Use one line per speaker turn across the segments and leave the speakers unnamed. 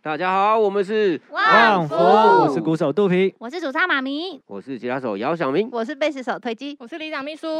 大家好，我们是
旺福，我是鼓手肚皮，
我是主唱妈咪，
我是吉他手姚晓明，
我是贝斯手推机，
我是里长秘书。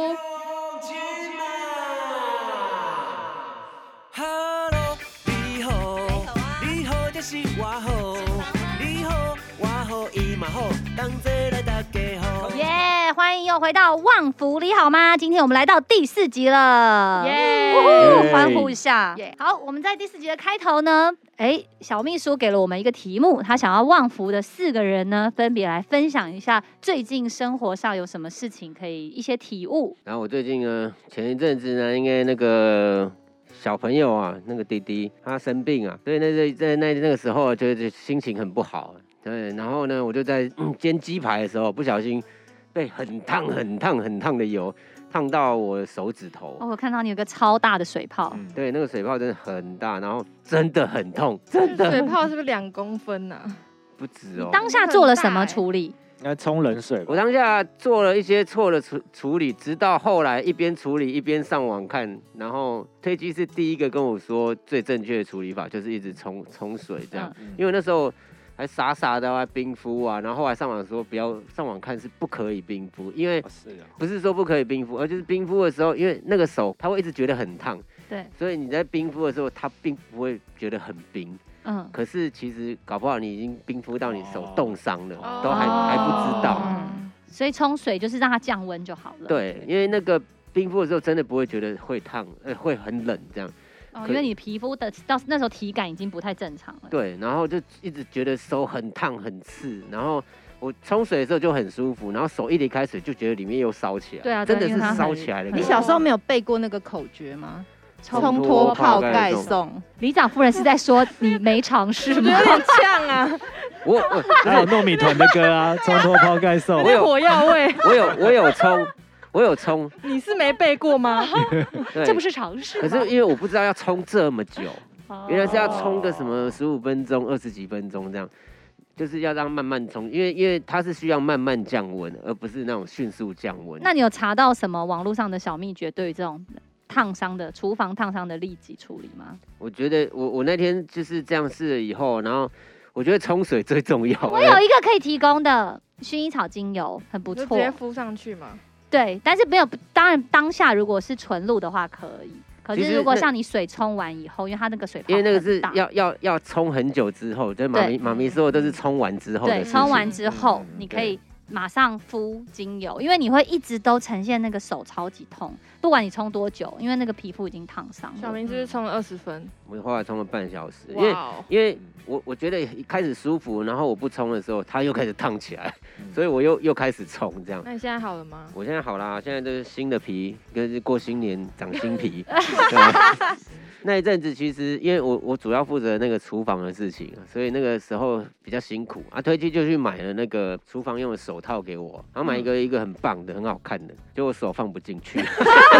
Hello， 你好，你好就是我好，你好我好伊嘛好，同齐来大家好。
耶！欢迎又回到旺福里好吗？今天我们来到第4集了，
耶！
欢呼一下。
耶
好，我们在第4集的开头呢，小秘书给了我们一个题目，他想要旺福的4个人呢，分别来分享一下最近生活上有什么事情可以一些体悟。
然后我最近呢，前一阵子呢，因为那个小朋友啊，那个弟弟他生病啊，所以在那个时候就心情很不好。对，然后呢，我就在煎鸡排的时候，不小心被很烫的油烫到我的手指头。
我看到你有个超大的水泡，
对，那个水泡真的很大，然后真的很痛，真的。
水泡是不是2公分啊？
不止哦。
当下做了什么处理？
应该冲冷水吧。
我当下做了一些错的处理，直到后来一边处理一边上网看，然后推机是第一个跟我说最正确的处理法就是一直冲水这样，因为那时候还傻傻的还冰敷啊，然后后来上网说不要上网看是不可以冰敷，因为不是说不可以冰敷，而就是冰敷的时候，因为那个手它会一直觉得很烫，
对，
所以你在冰敷的时候它并不会觉得很冰。可是其实搞不好你已经冰敷到你手冻伤了，都还不知道。
所以冲水就是让它降温就好了。
对，因为那个冰敷的时候真的不会觉得会烫，会很冷这样。
因为你皮肤的到那时候体感已经不太正常了。
对，然后就一直觉得手很烫很刺，然后我冲水的时候就很舒服，然后手一离开水就觉得里面又烧起来。
对啊，
真的是烧起来了。
你小时候没有背过那个口诀吗？冲脱泡盖送。
里长夫人是在说你没尝试吗？
有点呛啊！
还有糯米团的歌啊，冲脱泡盖送。
有点火药味。
我有冲。
你是没背过吗？
这不是常识。
可是因为我不知道要冲这么久，原来是要冲个什么15分钟、20几分钟这样。就是要让慢慢冲，因为它是需要慢慢降温，而不是那种迅速降温。
那你有查到什么网络上的小秘诀，对于这种烫伤的厨房烫伤的立即处理吗？
我觉得我那天就是这样试了以后，然后我觉得冲水最重要。
我有一个可以提供的薰衣草精油，很不错，
直接敷上去吗？
对，但是没有，当然当下如果是纯露的话可以。可是如果像你水冲完以后，因为它那个水泡很大，
因为那个是要冲很久之后，就妈咪说的都是冲完之后的事情。
对，冲完之后你可以马上敷精油，因为你会一直都呈现那个手超级痛，不管你冲多久，因为那个皮肤已经烫伤了。
小明是不是冲了20分？
我后来冲了半小时，
哇
因为我觉得一开始舒服，然后我不冲的时候，它又开始烫起来，所以我又开始冲这样。
那你现在好了吗？
我现在好啦，现在都是新的皮，跟过新年长新皮。那一阵子其实因为我主要负责那个厨房的事情，所以那个时候比较辛苦啊。推机就去买了那个厨房用的手套给我，然后买一个很棒的、很好看的，结果手放不进去。
有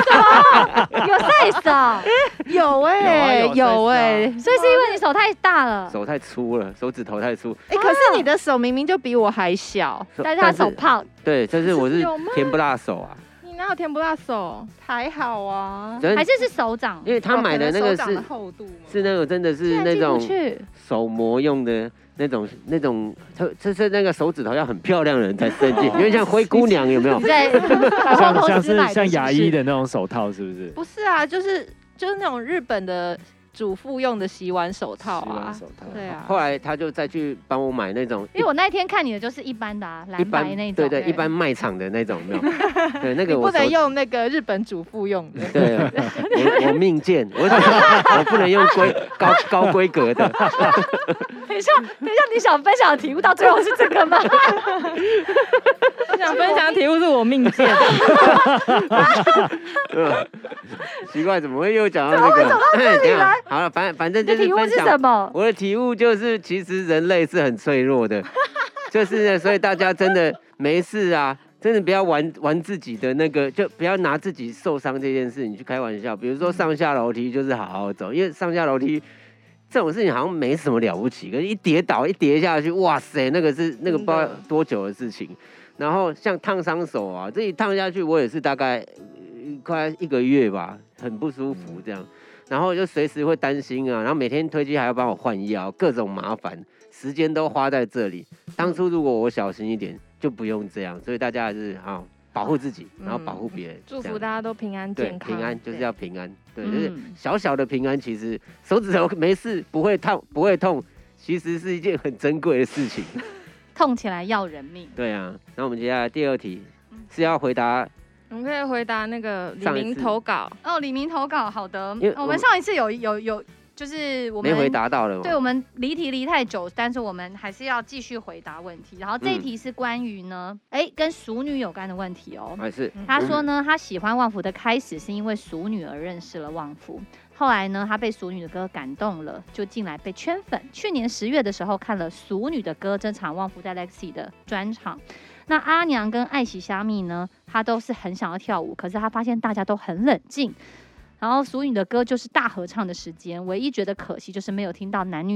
size 啊？
有
所以是因为你手太大了，
手太粗了，手指头太粗。
可是你的手明明就比我还小，
但是他手胖。
对，但是我是甜不辣手啊。
你哪有甜不辣手？
还好啊，
还是手掌？
因为他买的那个是
厚度
是那种真的是那种手模用的那种，就是那个手指头要很漂亮的人才伸进，因为像灰姑娘有没有？
对，
像牙医的那种手套是不是？
不是啊，就是那种日本的主妇用的洗碗手套啊，对啊。
后来他就再去帮我买那种，
因为我那天看你的就是一般的蓝白那种，
对，一般卖场的那种，没有？对，那个我
不能用那个日本主妇用的。
对，我命贱，我不能用高规格的。
等一下，你想分享的题目到最后是这个吗？
我想分享的题目是我命贱。
奇怪，怎么会又讲到这个？好了，反正就是分享。
什么？
我的体悟就是，其实人类是很脆弱的，就是呢，所以大家真的没事啊，真的不要玩自己的那个，就不要拿自己受伤这件事情去开玩笑。比如说上下楼梯，就是好好走，因为上下楼梯这种事情好像没什么了不起，可是一跌倒一跌下去，哇塞，那个不知道多久的事情。然后像烫伤手啊，这一烫下去，我也是大概快1个月吧，很不舒服这样。 然后就随时会担心啊，然后每天推机还要帮我换药，各种麻烦，时间都花在这里。当初如果我小心一点，就不用这样。所以大家还是保护自己，然后保护别人，
祝福大家都平安
对
健康。
平安就是要平安，对，就是小小的平安，其实手指头没事不会痛，其实是一件很珍贵的事情。
痛起来要人命。
对啊，那我们接下来第2题是要回答。
我们可以回答那个李明投稿
哦，李明投稿，好的。
因为
我们上一次有，就是我们
没回答到了嘛。
对，我们离题离太久，但是我们还是要继续回答问题。然后这一题是关于呢，跟熟女有关的问题哦。
还是
他说呢，他喜欢旺福的开始是因为熟女而认识了旺福，后来呢，他被熟女的歌感动了，就进来被圈粉。去年10月的时候看了熟女的歌这场旺福在 Lexi 的专场。那阿娘跟爱喜虾米呢，他都是很想要跳舞，可是他发现大家都很冷静。然后熟女的歌就是大合唱的时间，唯一觉得可惜就是没有听到男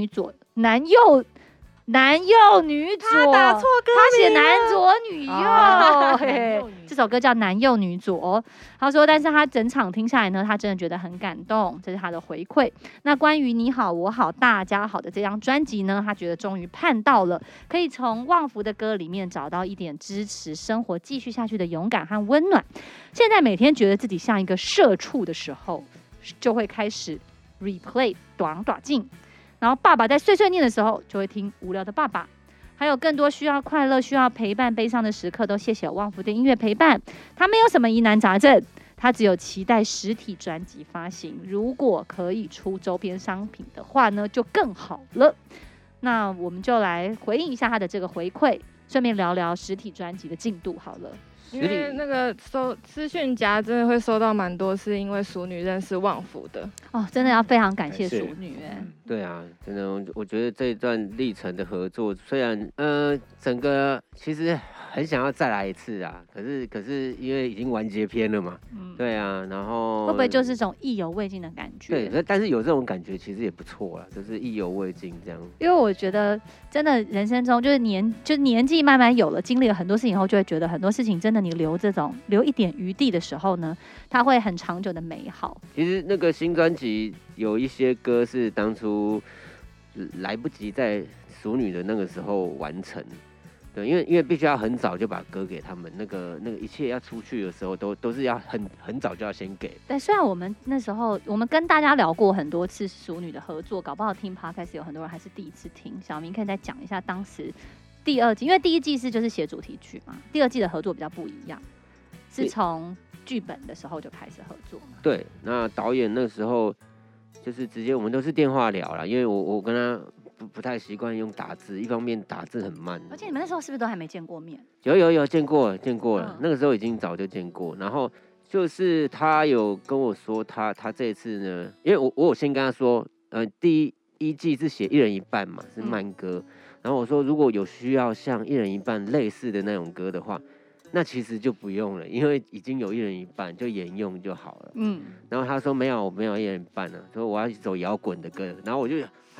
右女左，
他打错歌
他写
名了
男左女右，嘿这首歌叫男右女左。他说，但是他整场听下来呢，他真的觉得很感动，这是他的回馈。那关于你好我好大家好的这张专辑呢，他觉得终于盼到了，可以从旺福的歌里面找到一点支持生活继续下去的勇敢和温暖。现在每天觉得自己像一个社畜的时候，就会开始 replay 短镜。然后爸爸在碎碎念的时候，就会听无聊的爸爸。还有更多需要快乐、需要陪伴、悲伤的时刻，都谢谢旺福的音乐陪伴。他没有什么疑难杂症，他只有期待实体专辑发行。如果可以出周边商品的话呢，就更好了。那我们就来回应一下他的这个回馈，顺便聊聊实体专辑的进度好了。
因为那个资讯夹真的会收到蛮多，是因为熟女认识旺福的
哦，真的要非常感谢熟女
对啊，真的，我觉得这一段历程的合作，虽然整个其实很想要再来一次啊，可是因为已经完结篇了嘛，对啊，然后
会不会就是这种意犹未尽的感觉？
对，但是有这种感觉其实也不错啦，就是意犹未尽这样。
因为我觉得真的人生中就是年纪慢慢有了，经历了很多事情后，就会觉得很多事情真的你留一点余地的时候呢，它会很长久的美好。
其实那个新专辑有一些歌是当初来不及在熟女的那个时候完成，对，因为必须要很早就把歌给他们，那个一切要出去的时候都是要很早就要先给。
对，虽然我们那时候我们跟大家聊过很多次熟女的合作，搞不好听 podcast 有很多人还是第一次听。小明可以再讲一下当时第2季，因为第1季就是写主题曲嘛，第2季的合作比较不一样，是从剧本的时候就开始合作嘛。
对，那导演那时候就是直接我们都是电话聊啦，因为我跟他不太习惯用打字，一方面打字很慢，
而且你们那时候是不是都还没见过面？
有见过了，那个时候已经早就见过。然后就是他有跟我说他这一次呢，因为我有先跟他说，第1季是写1人1半嘛，是慢歌。然后我说如果有需要像1人1半类似的那种歌的话，那其实就不用了，因为已经有1人1半，就沿用就好了。然后他说没有，我没有1人1半啊，说我要走摇滚的歌。然后我就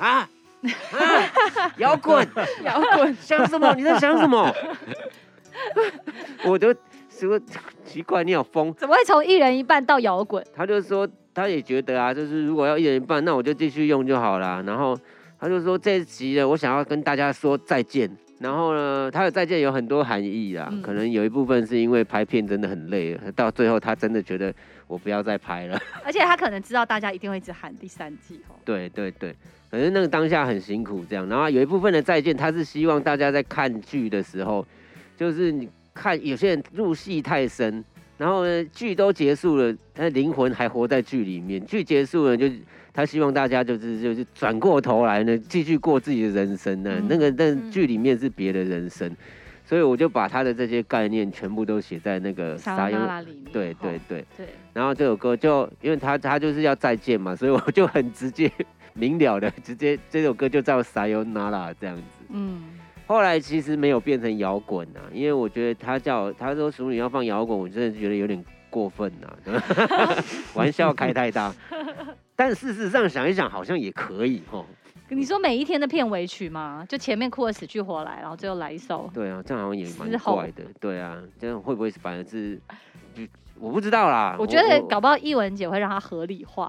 摇滚，想什么？你在想什么？我就说奇怪，你好疯，
怎么会从1人1半到摇滚？
他就说他也觉得啊，就是如果要1人1半，那我就继续用就好啦。然后他就说这一集呢，我想要跟大家说再见。然后呢，他的再见有很多含义啦，可能有一部分是因为拍片真的很累了，到最后他真的觉得我不要再拍了，
而且他可能知道大家一定会一直喊第3季哦。
对，可是那个当下很辛苦这样。然后有一部分的再见，他是希望大家在看剧的时候，就是你看有些人入戏太深，然后呢剧都结束了，他的灵魂还活在剧里面，剧结束了就。他希望大家就是转过头来呢，继续过自己的人生呢。那剧里面是别的人生，所以我就把他的这些概念全部都写在那个
沙优拉里面。
对。然后这首歌就因为他就是要再见嘛，所以我就很直接明了的直接这首歌就叫沙优那拉这样子。后来其实没有变成摇滚啊，因为我觉得他说熟女要放摇滚，我真的觉得有点过分啊，玩笑开太大。但事实上想一想，好像也可以哦。
你说每一天的片尾曲吗？就前面哭得死去活来，然后最后来一首。
对啊，这样好像也蛮怪的。对啊，这样会不会反而是，我不知道啦。
我觉得搞不好艺文姐会让它合理化。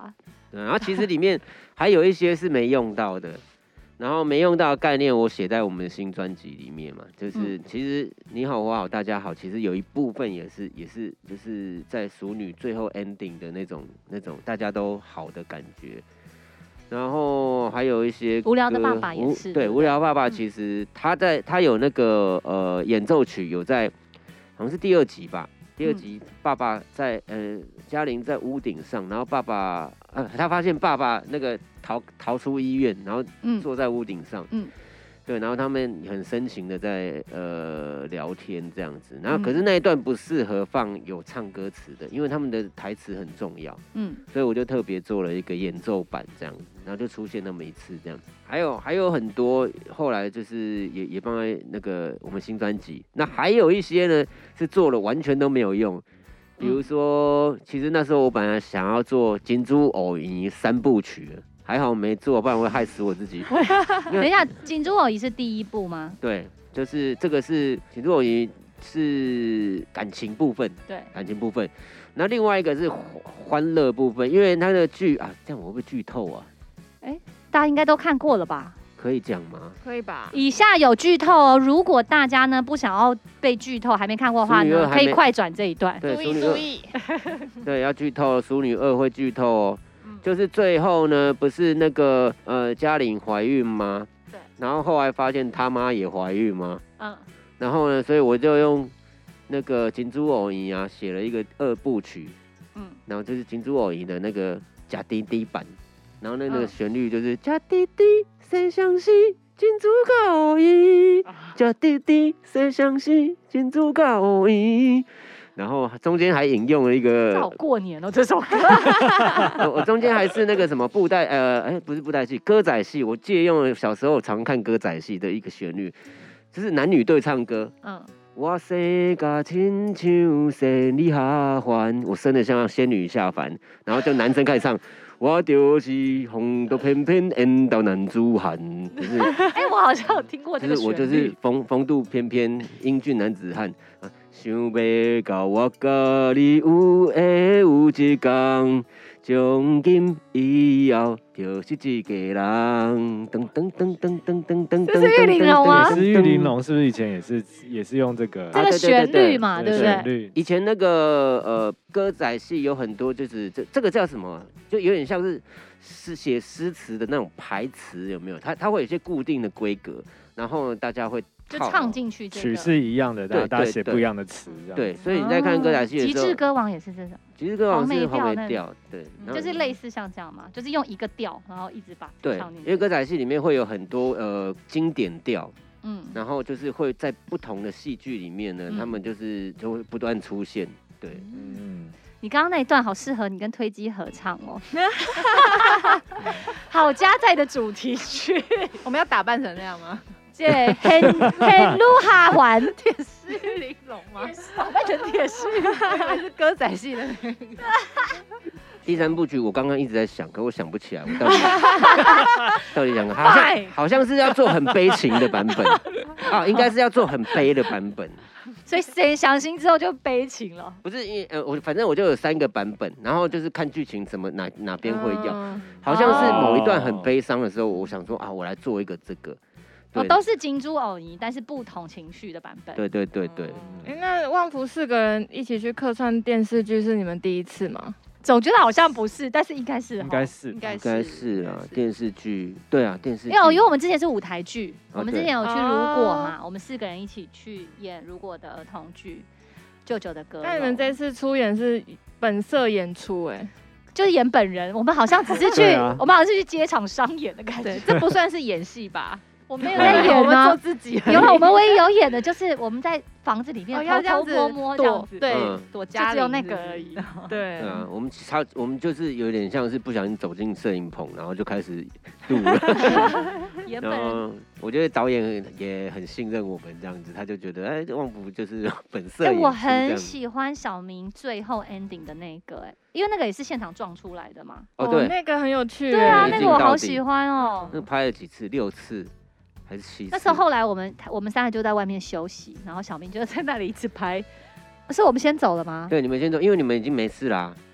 对，然后其实里面还有一些是没用到的。然后没用到的概念，我写在我们的新专辑里面嘛，就是其实你好我好大家好，其实有一部分也是就是在熟女最后 ending 的那种大家都好的感觉。然后还有一些
无聊的爸爸也是，
对，无聊爸爸其实他有那个演奏曲有在，好像是第2集吧。第2集，爸爸在嘉玲在屋顶上，然后爸爸他发现爸爸那个逃出医院，然后坐在屋顶上，对，然后他们很深情的在聊天这样子，然后可是那一段不适合放有唱歌词的，因为他们的台词很重要，所以我就特别做了一个演奏版这样，然后就出现那么一次这样，还有很多后来就是也放在那个我们新专辑，那还有一些呢是做了完全都没有用。比如说，其实那时候我本来想要做《金珠偶仪》3部曲，还好没做，不然会害死我自己。
等一下，《金珠偶仪》是第1部吗？
对，就是这个是《金珠偶仪》是感情部分，
对，
感情部分。那另外一个是欢乐部分，因为它的剧啊，这样我会不会剧透啊？
大家应该都看过了吧？
可以讲吗？
可以吧？
以下有剧透哦，如果大家呢不想要被剧透，还没看过的话呢，可以快转这一段。
对，
注意，
对，要剧透，《淑女2》会剧透哦。就是最后呢，不是那个嘉玲怀孕吗？
对。
然后后来发现他妈也怀孕吗？然后呢，所以我就用那个《金珠偶仪》啊，写了一个2部曲。然后就是《金珠偶仪》的那个假滴滴版。然后那个旋律就是假滴滴，谁相信金珠偶仪？假滴滴，谁相信金珠偶仪？然后中间还引用了一个，
这好过年哦，这首歌。
我中间还是那个什么布袋，不是布袋戏，歌仔戏。我借用了小时候常看歌仔戏的一个旋律，就是男女对唱歌。我生甲亲像仙女下凡，我生得像仙女下凡，然后就男生开始唱。我就是风度翩翩，缘到男子汉，就是，
我好像有听过这个旋律。
就是我就是风度翩翩，英俊男子汉。想要到我甲你有缘有一天，从今以后就是一个人。噔噔噔噔噔噔噔。
这是玉玲珑吗？
是玉玲珑，是不是以前也是用这个
旋律嘛？对不对？
以前那个歌仔戏有很多，就是这个叫什么？就有点像是写诗词的那种排词，有没有？它会有一些固定的规格，然后大家会
就唱进去，
曲是一样的，但大家写不一样的词，
对，所以你在看歌仔戏的时候，
极致歌王也是这种，
极致歌王是黄梅调，对，
就是类似像这样嘛，就是用一个调，然后一直把它唱进去。
因为歌仔戏里面会有很多经典调，然后就是会在不同的戏剧里面呢，他们就会不断出现，对，
你刚刚那一段好适合你跟推机合唱哦，好家在的主题曲，
我们要打扮成那样吗？
对，很鹿下环，
铁丝玲珑吗？
打扮成铁丝，
还是歌仔戏的那个。
第3部曲我刚刚一直在想，可我想不起来，我到底想好像是要做很悲情的版本啊，应该是要做很悲的版本。
所以谁想新之后就悲情了？
不是，因为反正我就有3个版本，然后就是看剧情哪边会要，好像是某一段很悲伤的时候，我想说啊，我来做一个这个。
都是金珠偶仪，但是不同情绪的版本。
对。
那旺福4个人一起去客串电视剧是你们第一次吗？
总觉得好像不是，但是应该是
啊，电视剧，对啊，电视剧。
因为我们之前是舞台剧，我们之前有去如果嘛，我们4个人一起去演如果的儿童剧《舅舅的歌》。
那你们这次出演是本色演出
就是演本人，我们好像只是去，我们好像是去街场商演的感觉，
这不算是演戏吧？
我没有在演，
我们做自己。
有了，我们唯一有演的就是我们在房子里面偷偷摸摸这样子，
对，躲家里，
就只有那个而已。
对
啊，我们就是有点像是不小心走进摄影棚，然后就开始录了。然后我觉得导演也很信任我们这样子，他就觉得旺福就是本色演出。
我很喜欢小明最后 ending 的那个因为那个也是现场撞出来的嘛。
对，
那个很有趣。
对啊，那个我好喜欢哦。
那拍了几次？6次。还是7次。
那时候后来我们3个就在外面休息，然后小明就在那里一直拍。是我们先走了吗？
对，你们先走，因为你们已经没事啦。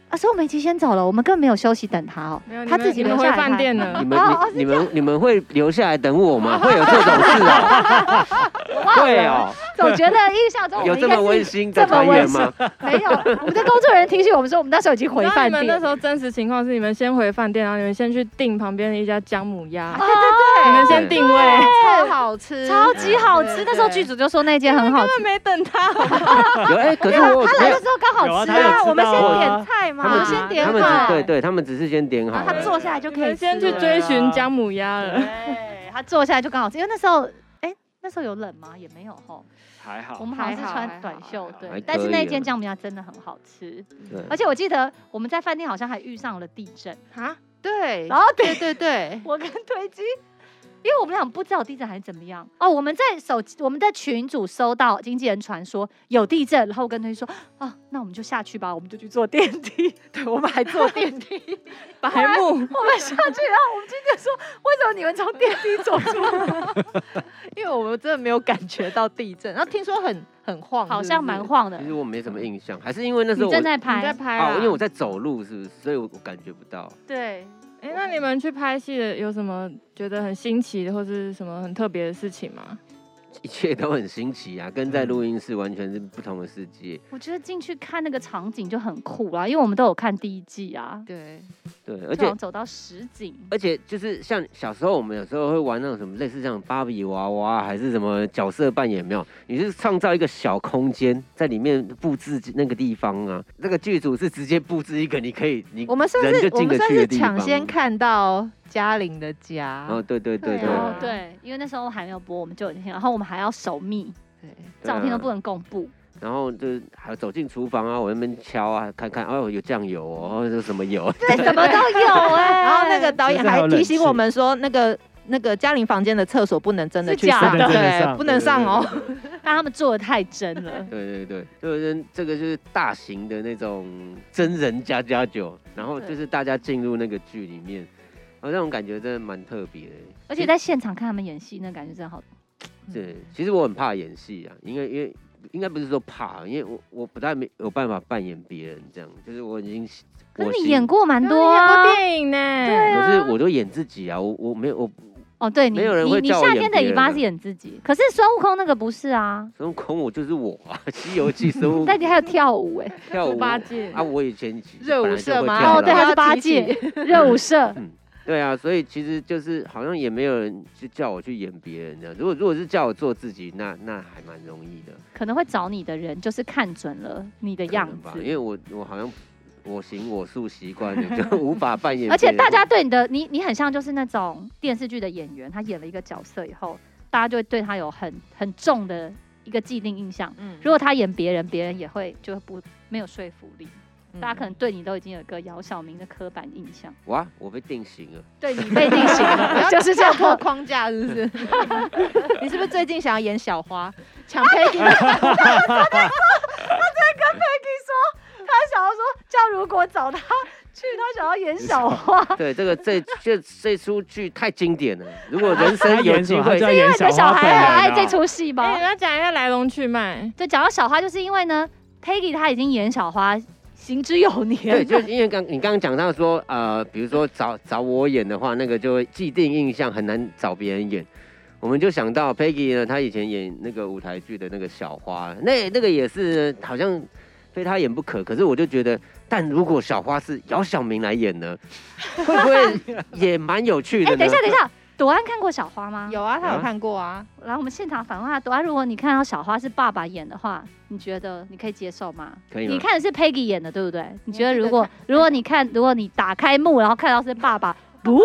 所以我们已经先走了，我们根本没有休息等他哦。
没有，
他自己
你们回
留下来拍
饭店了。
你们会留下来等我吗？会有这种事哦？会哦。
总觉得印象中我
有这么
们应该是
温馨的团圆吗？
没有，我们的工作人员提醒我们说，我们那时候已经回饭店。
你们那时候真实情况是，你们先回饭店，然后你们先去订旁边的一家姜母鸭，
对对对，
你们先定位，
超好吃，
超级好吃。那时候剧组就说那间很好吃，
根本没等他。
有可是我
他来的时候刚好吃啊，我们先点菜嘛，我们先点好，
对，他们只是先点好，
他坐下来就可以
先去追寻姜母鸭了。
对，他坐下来就刚好吃，因为那时候，那时候有冷吗？也没有吼。
还好，
我们好像是穿短袖，对，
还可以
但是那间姜母鸭真的很好吃，而且我记得我们在饭店好像还遇上了地震
啊，对，
然后
对对，
我跟推机，因为我们俩不知道有地震还是怎么样哦，我们在群组收到经纪人传说有地震，然后我跟推机说那我们就下去吧，我们就去坐电梯，
对，我们还坐电梯，
白目，
我们下去，然后我们经纪人说为什么你们从电梯走出来？
因为我们真的没有感觉到地震，然后听说很晃，
好像蛮晃的。
其实我没什么印象，还是因为那时候
你正在拍，
因为我在走路，是不是？所以我感觉不到。
对。
那你们去拍戏的有什么觉得很新奇的，或是什么很特别的事情吗？
一切都很新奇啊，跟在录音室完全是不同的世界。
我觉得进去看那个场景就很酷啦，因为我们都有看第一季啊。
对，
而且走到实景，
而且就是像小时候我们有时候会玩那种什么类似像芭比娃娃，还是什么角色扮演，没有？你是创造一个小空间，在里面布置那个地方啊。那个剧组是直接布置一个
我们算是抢先看到嘉玲的家。
对，
因为那时候还没有播，我们就已经，然后我们还要守密，对，照片都不能公布。
然后就还走进厨房啊，我那边敲啊，看看有酱油哦，这什么油？
对，什么都有
然后那个导演还提醒我们说，那个嘉玲房间的厕所不能真的去上，对，不能上哦，
但他们做的太真了。
对，就是这个就是大型的那种真人++9，然后就是大家进入那个剧里面，那种感觉真的蛮特别的。
而且在现场看他们演戏，那感觉真的好。
对，其实我很怕演戏啊，因为应该不是说怕，因为我不太有办法扮演别人这样，就是我已经。
可是你演过蛮多啊，
演过电影呢。
对啊。
可是我就演自己啊，我没有
对，
没有人会叫我演别人啊。
你夏天的尾巴是演自己，可是孙悟空那个不是啊。
孙悟空我就是我啊，《西游记》孙悟空。
但你还有跳舞
跳舞
8届
啊，我以前
热舞社吗？
对，他是8届热舞社。
对啊，所以其实就是好像也没有人就叫我去演别人这样。如果是叫我做自己，那还蛮容易的。
可能会找你的人就是看准了你的样子，
因为我好像我行我素习惯了，就无法扮演。
而且大家对你很像就是那种电视剧的演员，他演了一个角色以后，大家就会对他有很重的一个既定印象。如果他演别人，别人也会就没有说服力。大家可能对你都已经有一个姚晓明的刻板印象。
哇，我被定型了。
对，你被定型了，就是这样
破框架，是不是？你是不是最近想要演小花，抢 Peggy？ 他
在跟 Peggy 说，他想要说，如果找他去，他想要演小花。
对，这出剧太经典了。如果人生有机会，
是因为你的小孩很爱这出戏吗？
你要讲一下来龙去脉。
对，讲到小花，就是因为呢 ，Peggy 她已经演小花。行之有年。
对，就是因为你刚刚讲到说，比如说找我演的话，那个就会既定印象很难找别人演。我们就想到 Peggy 呢，她以前演那个舞台剧的那个小花，那个也是好像非她演不可。可是我就觉得，但如果小花是姚晓明来演呢，会不会也蛮有趣的呢？
等一下。朵安看过小花吗？
有啊，他有看过啊。
来，我们现场反问下朵安，如果你看到小花是爸爸演的话，你觉得你可以接受吗？
可以吗？
你看的是 Peggy 演的，对不对？你觉得如果你打开幕，然后看到是爸爸，不，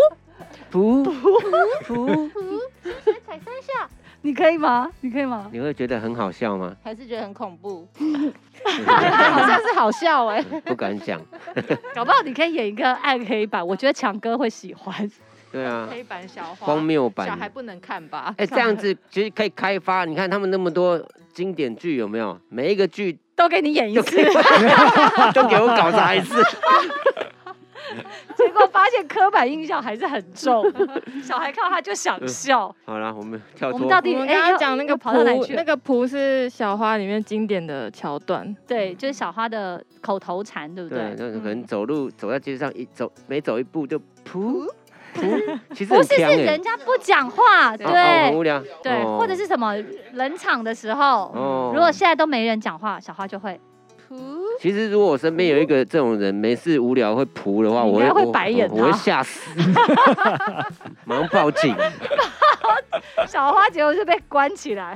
踩3下，你可以吗？
你会觉得很好笑吗？
还是觉得很恐怖？好像是好笑哎，
不敢讲。
搞不好你可以演一个暗黑版，我觉得强哥会喜欢。
对啊，
黑版小花，
荒谬版，
小孩不能看吧？
这样子其实可以开发。你看他们那么多经典剧，有没有？每一个剧
都给你演一次，
都给我搞砸一次。
结果发现刻板印象还是很重，小孩看到他就想笑。
好啦，我们跳脱。
我们到底
我们刚刚讲那个
跑到哪里去了？
那个仆是小花里面经典的桥段，
对，就是小花的口头禅，对不
对，
对？
那可能走路走在街上每走一步就噗噗，其实
不是，
很强
是人家不讲话，
很
对
无聊。
对，或者是什么冷场的时候，
哦
如果现在都没人讲话，小花就会
其实如果我身边有一个这种人，没事无聊会噗的话，
你应该会白眼他
我会吓死，马上报警。
小花结果是被关起来。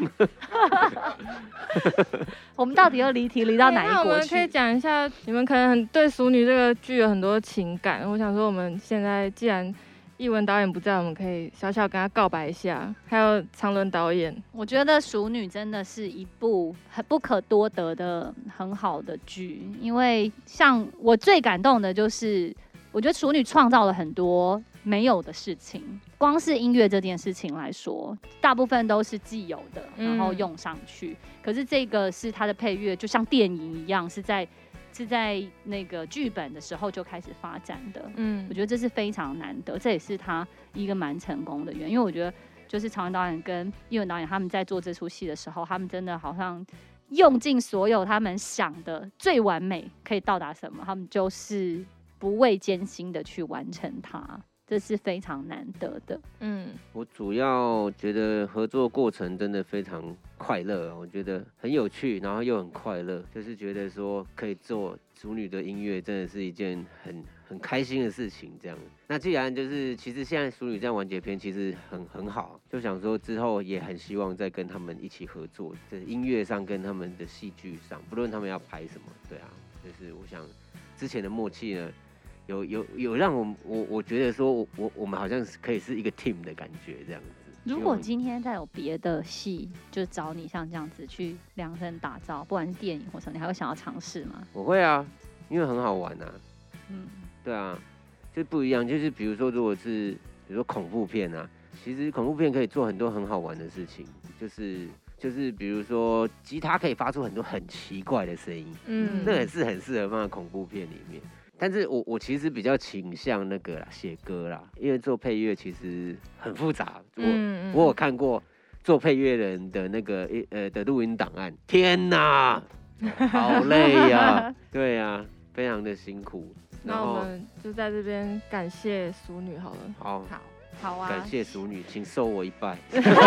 我们到底又离题离到哪一
那我
国
们可以
去？
讲一下，你们可能很对《熟女》这个剧有很多情感。我想说，我们现在既然艺文导演不在，我们可以小小跟他告白一下。还有长伦导演，
我觉得《熟女》真的是一部很不可多得的很好的剧，因为像我最感动的就是，我觉得《熟女》创造了很多没有的事情。光是音乐这件事情来说，大部分都是既有的，然后用上去。可是这个是它的配乐，就像电影一样，是在那个剧本的时候就开始发展的。我觉得这是非常难得，这也是他一个蛮成功的原因。因为我觉得，就是长文导演跟艺文导演他们在做这出戏的时候，他们真的好像用尽所有他们想的最完美可以到达什么，他们就是不畏艰辛的去完成它。这是非常难得的。
我主要觉得合作过程真的非常快乐，我觉得很有趣，然后又很快乐，就是觉得说可以做熟女的音乐，真的是一件很开心的事情。这样，那既然就是其实现在熟女这样完结篇其实很好，就想说之后也很希望再跟他们一起合作，在音乐上跟他们的戏剧上，不论他们要拍什么，对啊，就是我想之前的默契呢。有让我觉得说我们好像可以是一个 team 的感觉这样子。
如果今天再有别的戏，就找你像这样子去量身打造，不管是电影或什么，你还会想要尝试吗？
我会啊，因为很好玩啊。对啊，就不一样。就是比如说，如果是比如说恐怖片啊，其实恐怖片可以做很多很好玩的事情，就是比如说吉他可以发出很多很奇怪的声音，那也是很适合放在恐怖片里面。但是我其实比较倾向那个啦，写歌啦，因为做配乐其实很复杂。我有看过做配乐人的那个的录音档案，天哪，好累呀！对呀，非常的辛苦。
那我们就在这边感谢熟女好了。
好啊，
感谢熟女，请受我一拜。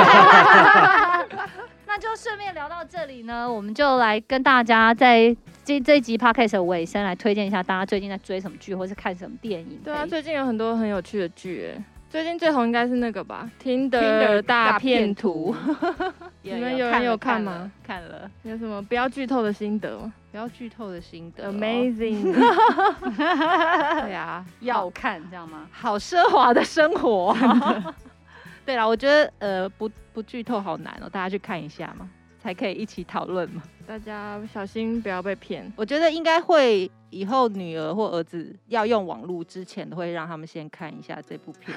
那就顺便聊到这里呢，我们就来跟大家在这一集 podcast 的尾声来推荐一下大家最近在追什么剧，或是看什么电影。
对啊，最近有很多很有趣的剧哎。最近最红应该是那个吧，《Tinder 大骗图》。你们有人有看吗？
看了。
有什么不要剧透的心得吗？
不要剧透的心得。
Amazing。
对啊，
要看这样吗？
好奢华的生活。对啦，我觉得不剧透好难哦，大家去看一下嘛，才可以一起讨论嘛。
大家小心不要被骗。
我觉得应该会以后女儿或儿子要用网络之前，都会让他们先看一下这部片。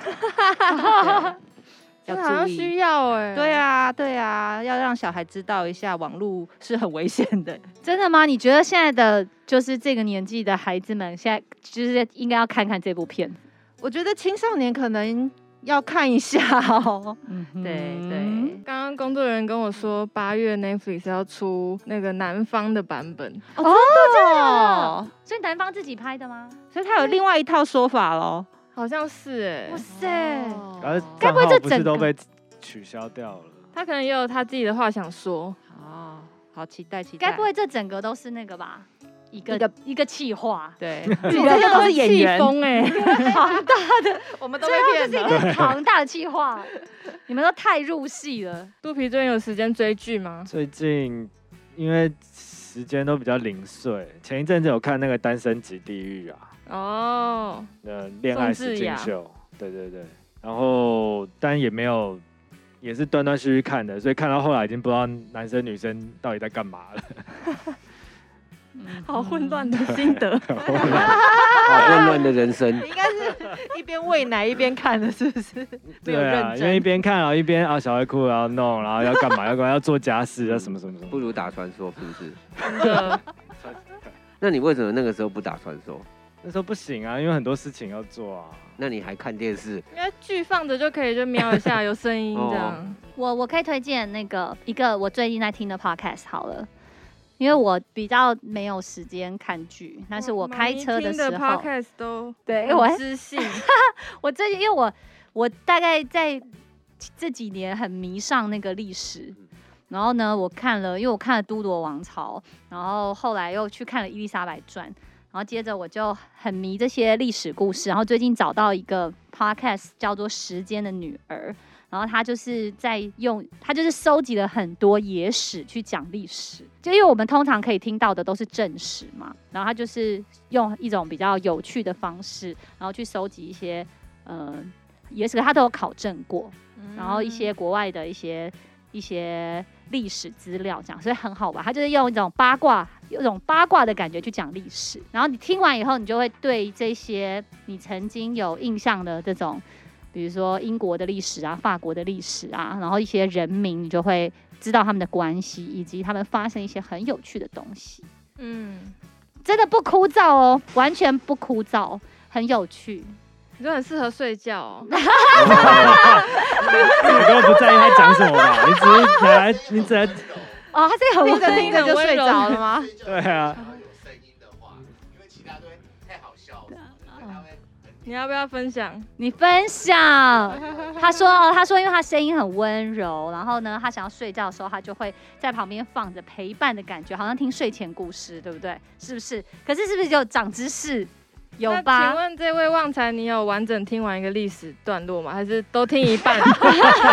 要注意，需要哎。
对啊，要让小孩知道一下网络是很危险的。
真的吗？你觉得现在的就是这个年纪的孩子们，现在就是应该要看看这部片？
我觉得青少年可能要看一下哦。对。
刚刚工作人员跟我说，8月 Netflix 要出那个南方的版本。
真的？所以南方自己拍的吗？
所以他有另外一套说法咯。
好像是哎。
哇塞！
然后该不会这不是都被取消掉了？
他可能也有他自己的话想说。
好期待。
该不会这整个都是那个吧？一个企划，
对，
这些都是演员
哎，
庞大的，
我们都被骗了，
这是一个庞大的企划，你们都太入戏了。
肚皮最近有时间追剧吗？
最近因为时间都比较零碎，前一阵子有看那个《单身即地狱》啊，恋爱实境秀，对，然后但也没有，也是断断续续看的，所以看到后来已经不知道男生女生到底在干嘛了。
好混乱的心得，
好混乱的人生。
应该是一边喂奶一边看的，是不是？
对啊，因为一边看一边小孩哭，然后弄，然后要干嘛？要做家事，要什么。
不如打传说，是不是？
真的。
那你为什么那个时候不打传说？
那时候不行啊，因为很多事情要做啊。
那你还看电视？
因为剧放着就可以就瞄一下，有声音这样。
我可以推荐那个一个我最近在听的 podcast 好了。因为我比较没有时间看剧，但是我开车的时候
，podcast 都
对我
知性。
我最近因为我大概在这几年很迷上那个历史，然后呢，因为我看了《都铎王朝》，然后后来又去看了《伊丽莎白传》。然后接着我就很迷这些历史故事，然后最近找到一个 podcast 叫做《时间的女儿》，然后他就是收集了很多野史去讲历史，就因为我们通常可以听到的都是正史嘛，然后他就是用一种比较有趣的方式，然后去收集一些野史，他都有考证过，然后一些国外的一些历史资料这样，所以很好玩。他就是用一种八卦的感觉去讲历史，然后你听完以后，你就会对这些你曾经有印象的这种，比如说英国的历史啊、法国的历史啊，然后一些人名，你就会知道他们的关系，以及他们发生一些很有趣的东西。真的不枯燥哦，完全不枯燥，很有趣。
你就很适合睡觉哦。
你根本不在意他讲什么吧？你只来
哦，他这个
听着听着就睡着了吗？
对啊。
你要不要分享？
你分享。他说，因为他声音很温柔，然后呢，他想要睡觉的时候，他就会在旁边放着陪伴的感觉，好像听睡前故事，对不对？是不是？可是是不是有长知识？有吧？
请问这位旺财，你有完整听完一个历史段落吗？还是都听一半？听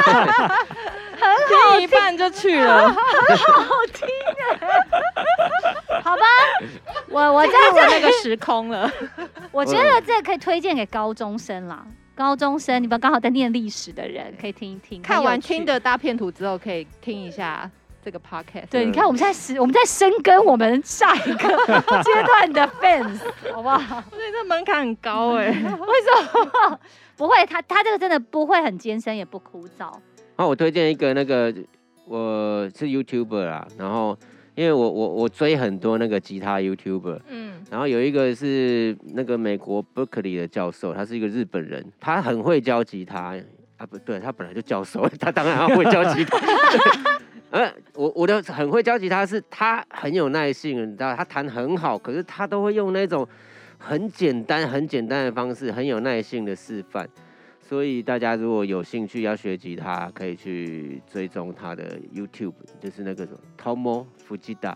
一半就去了，
很好听哎。好吧，我这样
那个时空了。
我觉得这可以推荐给高中生啦。高中生，你们刚好在念历史的人，可以听一听。
看完听的大片图之后，可以听一下这个 podcast。
对，你看我们在深耕我们下一个阶段的 fans， 好不好？
我觉得这门槛很高哎。
为什么？不会，他这个真的不会很艰深，也不枯燥。
我推荐一个我是 YouTuber 啦，然后因为我追很多那个吉他 YouTuber，然后有一个是那个美国 Berkeley 的教授，他是一个日本人，他很会教吉他啊，不对，他本来就教授，他当然会教吉他。我的很会教吉他是他很有耐性，你知道，他弹很好，可是他都会用那种很简单的方式，很有耐性的示范。所以大家如果有兴趣要学吉他，可以去追踪他的 YouTube， 就是那个什么 Tomo Fujita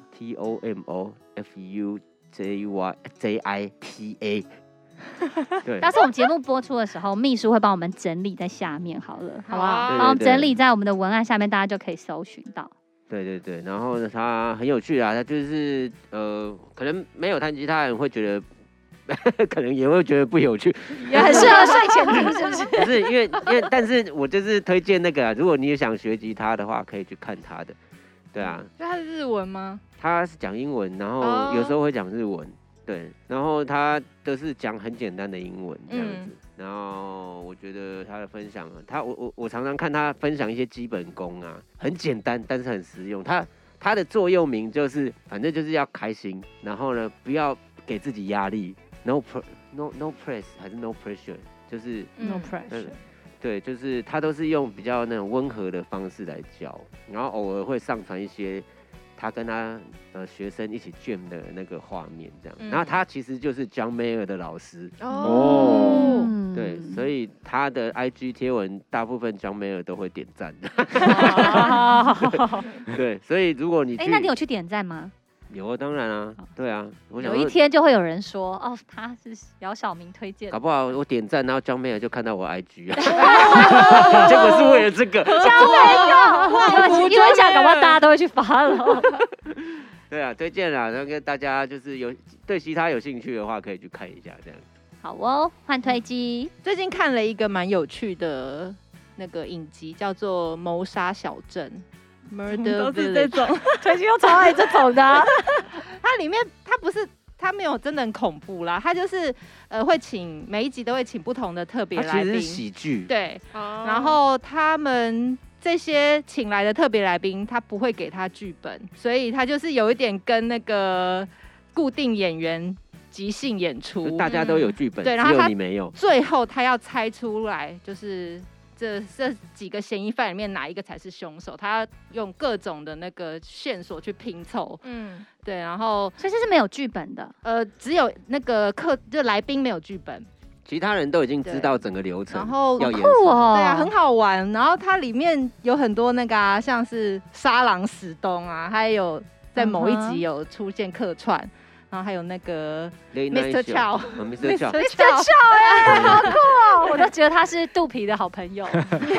TOMOFUJITA。对，
到时候我们节目播出的时候，秘书会帮我们整理在下面，好了，好不好？
对
帮我们整理在我们的文案下面，大家就可以搜寻到。
对，然后呢，他很有趣啊，他就是可能没有弹吉他的人会觉得。可能也会觉得不有趣，
也很适合睡前听，是不是？
不是因为，但是我就是推荐那个，如果你也想学吉他的话，可以去看他的，对啊。
就他是日文吗？
他是讲英文，然后有时候会讲日文，对，然后他都是讲很简单的英文这样子。然后我觉得他的分享，我常常看他分享一些基本功啊，很简单，但是很实用。他的座右铭就是，反正就是要开心，然后呢，不要给自己压力。No press 还是 no pressure， 就是
no pressure，
对，就是他都是用比较那种温和的方式来教，然后偶尔会上传一些他跟他学生一起 jam 的那个画面这样，然后他其实就是 John Mayer 的老师对，所以他的 IG 贴文大部分 John Mayer 都会点赞的，对，所以如果你
那你有去点赞吗？
有啊，当然啊，对啊，
有一天就会有人说，哦，他是姚晓明推荐的，
搞不好我点赞，然后John Mayer就看到我 IG 啊，结果是为了这个
，John Mayer，因为讲搞不好大家都会去follow。
对啊，推荐啦，然后跟大家就是对其他有兴趣的话，可以去看一下这样。
好哦，换推机。
最近看了一个蛮有趣的那个影集，叫做《谋杀小镇》。
都是这种，
最近又超爱这种的。
它里面它没有真的很恐怖啦，它就是会请每一集都会请不同的特别来宾，
它其实是喜剧。
对，然后他们这些请来的特别来宾，他不会给他剧本，所以他就是有一点跟那个固定演员即兴演出，
大家都有剧本，
对，然后
只有你没有。
最后他要猜出来，就是这几个嫌疑犯里面哪一个才是凶手，他要用各种的那个线索去拼凑。对，然后
所以这是没有剧本的，
只有那个就来宾没有剧本。
其他人都已经知道整个流程，
然后
要演
酷哦，
对啊，很好玩。然后它里面有很多那个像是沙朗史东啊，还有在某一集有出现客串，然后还有那个 Mr. Chow，Mr.
Chow，
哎，好酷哦！我都觉得他是肚皮的好朋友。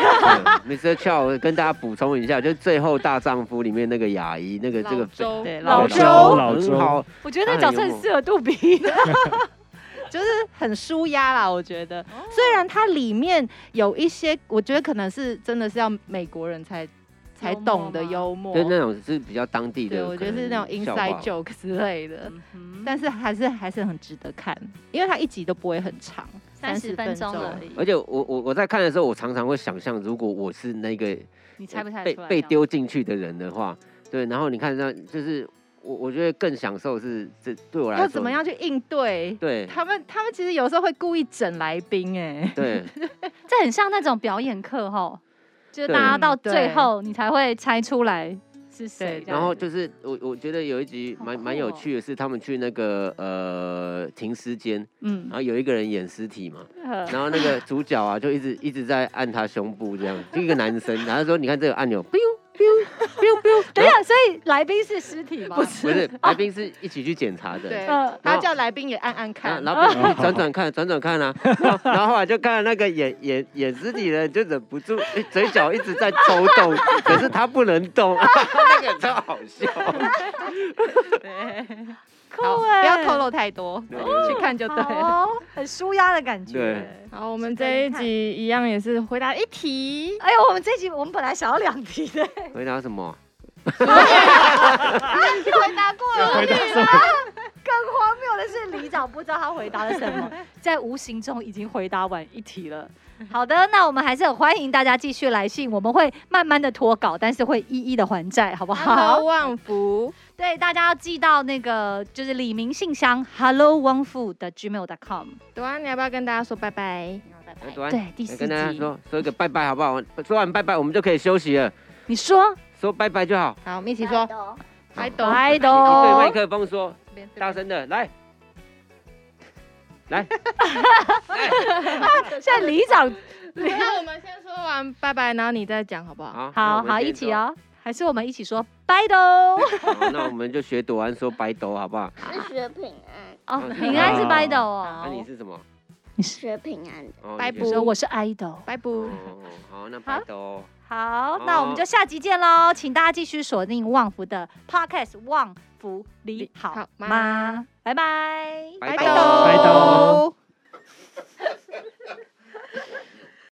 Mr. Chow 跟大家补充一下，就是《最后大丈夫》里面那个亚姨，那个这个
老周，
很好，
我觉得那角色很适合肚皮。
就是很舒压啦，我觉得。虽然它里面有一些，我觉得可能是真的是要美国人才懂的幽默，
就那种是比较当地的，
对，我觉得是那种 inside joke 之类的。但是还是很值得看，因为它一集都不会很长，30分钟而已。
而且我在看的时候，我常常会想象，如果我是那个
你猜不猜出来
被丢进去的人的话，对，然后你看那就是。我觉得更享受是这对我来说
要怎么样去应对？
对，
他们其实有时候会故意整来宾哎，
对，
这很像那种表演课哈，就是大家到最后你才会猜出来是谁。
然后就是我觉得有一集蛮有趣的是，他们去那个停尸间，然后有一个人演尸体嘛，然后那个主角啊就一直在按他胸部这样，就一个男生，然后说你看这个按钮。
等一下，所以来宾是尸体吗？
不是，来宾是一起去检查的。
对，他叫来宾也按看，
然后转转看啊，然后后来就看到那个演尸体的人就忍不住嘴角一直在抽动，可是他不能动，那个超好笑。
对，好，不要透露太多，去看就对了，
很舒压的感觉。
对，
好，我们这一集一样也是回答1题。
哎呦，我们这一集我们本来想要2题的。
回答什么？
回答过了。更荒谬的是，里长不知道他回答了什么，在无形中已经回答完1题了。好的，那我们还是很欢迎大家继续来信，我们会慢慢的脱稿，但是会一一的还债，好不好
？Hello 旺福，
对，大家要寄到那个就是李明信箱 hellowangfu@gmail.com。
朵安，你要不要跟大家说拜拜？
对，第4集
跟大家说一个拜拜好不好？说完拜拜，我们就可以休息了。
你说
拜拜就好。
好，我们一起说
拜斗，
拜斗。
对麦克风说，大声的来。
现在里长，
那我们先说完拜拜，然后你再讲好不好？
好，一起哦。还是我们一起说拜斗。
好，那我们就学朵安说拜斗好不好？
是学平安
哦，平安是拜斗哦。
那你是什么？
你是学平安的。
拜布，
我是爱斗。
拜布。
好，那拜斗。
好，那我们就下集见喽，请大家继续锁定旺福的 Podcast， 旺福你好吗？拜拜，
拜
斗。